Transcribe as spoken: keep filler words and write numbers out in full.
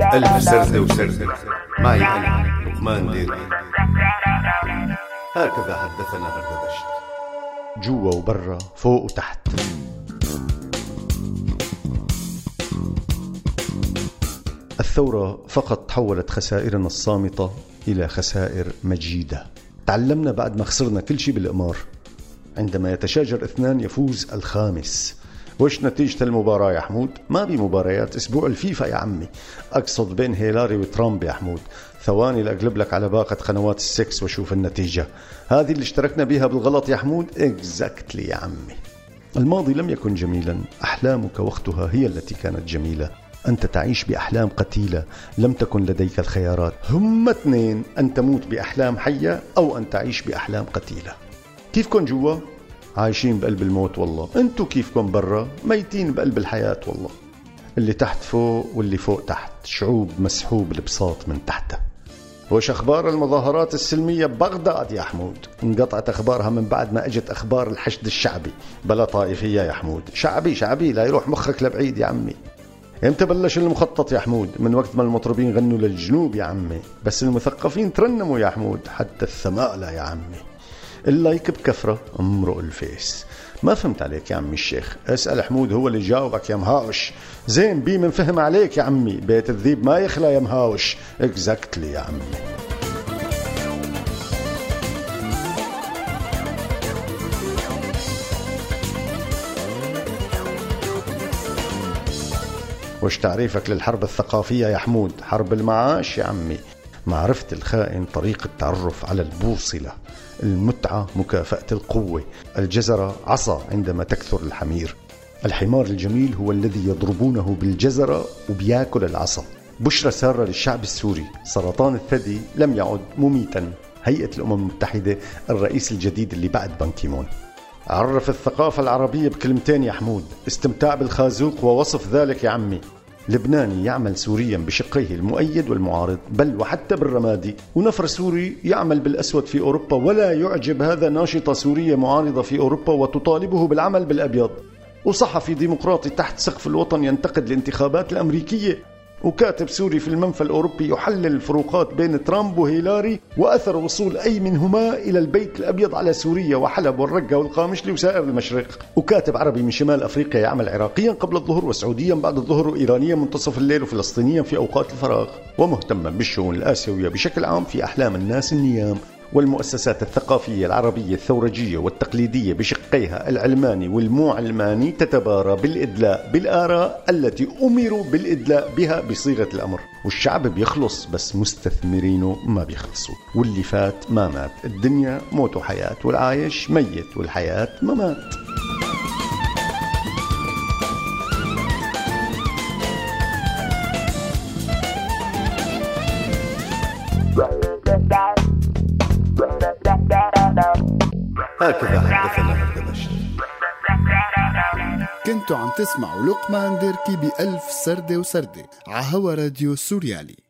ألف سردة وسردة معي أنا لقمان ديري. هكذا حدثنا هردبشت، جوا وبرا، فوق وتحت. الثورة فقط تحولت خسائرنا الصامتة إلى خسائر مجيدة. تعلمنا بعد ما خسرنا كل شيء بالإقمار. عندما يتشاجر اثنان يفوز الخامس. وش نتيجة المباراة يا حمود؟ ما بي مباريات، اسبوع الفيفا يا عمي. اقصد بين هيلاري وترامب يا حمود. ثواني لاقلب لك على باقة قنوات السكس واشوف النتيجة. هذه اللي اشتركنا بها بالغلط يا حمود. اكزاكتلي يا عمي. الماضي لم يكن جميلا، احلامك وقتها هي التي كانت جميلة. أنت تعيش بأحلام قتيلة، لم تكن لديك الخيارات، هم اثنين: أن تموت بأحلام حية أو أن تعيش بأحلام قتيلة. كيفكن جوا؟ عايشين بقلب الموت والله. أنتوا كيفكن برا؟ ميتين بقلب الحياة والله. اللي تحت فوق واللي فوق تحت، شعوب مسحوب البساط من تحتها. وش أخبار المظاهرات السلمية ببغداد يا حمود؟ انقطعت أخبارها من بعد ما أجت أخبار الحشد الشعبي. بلا طائفية يا حمود، شعبي شعبي لا يروح مخك لبعيد يا عمي. امتى بلش المخطط يا حمود؟ من وقت ما المطربين غنوا للجنوب يا عمي، بس المثقفين ترنموا يا حمود. حتى الثمالة يا عمي. اللايك بكفرة امرؤ الفيس. ما فهمت عليك يا عمي الشيخ. اسأل حمود هو اللي جاوبك يا مهاوش. زين بي من فهم عليك يا عمي. بيت الذيب ما يخلى يا مهاوش. اكزاكتلي يا عمي. وش تعريفك للحرب الثقافية يا حمود؟ حرب المعاش يا عمي. معرفة الخائن طريقة التعرف على البوصلة. المتعة مكافأة القوة. الجزرة عصا عندما تكثر الحمير. الحمار الجميل هو الذي يضربونه بالجزرة وبياكل العصا. بشرى سارة للشعب السوري: سرطان الثدي لم يعد مميتا. هيئة الأمم المتحدة، الرئيس الجديد اللي بعد بان كيمون. عرف الثقافة العربية بكلمتين يا حمود: استمتاع بالخازوق ووصف ذلك يا عمي. لبناني يعمل سوريا بشقيه المؤيد والمعارض، بل وحتى بالرمادي. ونفر سوري يعمل بالأسود في أوروبا، ولا يعجب هذا ناشطة سورية معارضة في أوروبا وتطالبه بالعمل بالأبيض. وصحفي ديمقراطي تحت سقف الوطن ينتقد الانتخابات الأمريكية. وكاتب سوري في المنفى الأوروبي يحلل الفروقات بين ترامب وهيلاري وأثر وصول أي منهما إلى البيت الأبيض على سوريا وحلب والرقة والقامشلي وسائر المشرق. وكاتب عربي من شمال أفريقيا يعمل عراقيا قبل الظهر وسعوديا بعد الظهر وإيرانيا منتصف الليل وفلسطينيا في أوقات الفراغ. ومهتما بالشؤون الآسيوية بشكل عام. في أحلام الناس النيام. والمؤسسات الثقافية العربية الثورجية والتقليدية بشقيها العلماني والمو علماني تتبارى بالإدلاء بالآراء التي أمروا بالإدلاء بها بصيغة الأمر. والشعب بيخلص، بس مستثمرينه ما بيخلصوا. واللي فات ما مات. الدنيا موت وحياة، والعايش ميت والحياة ممات. هكذا حدثنا هردبشت. كنتوا عم تسمعوا لقمان ديركي بألف سردة وسردة عهوا راديو سوريالي.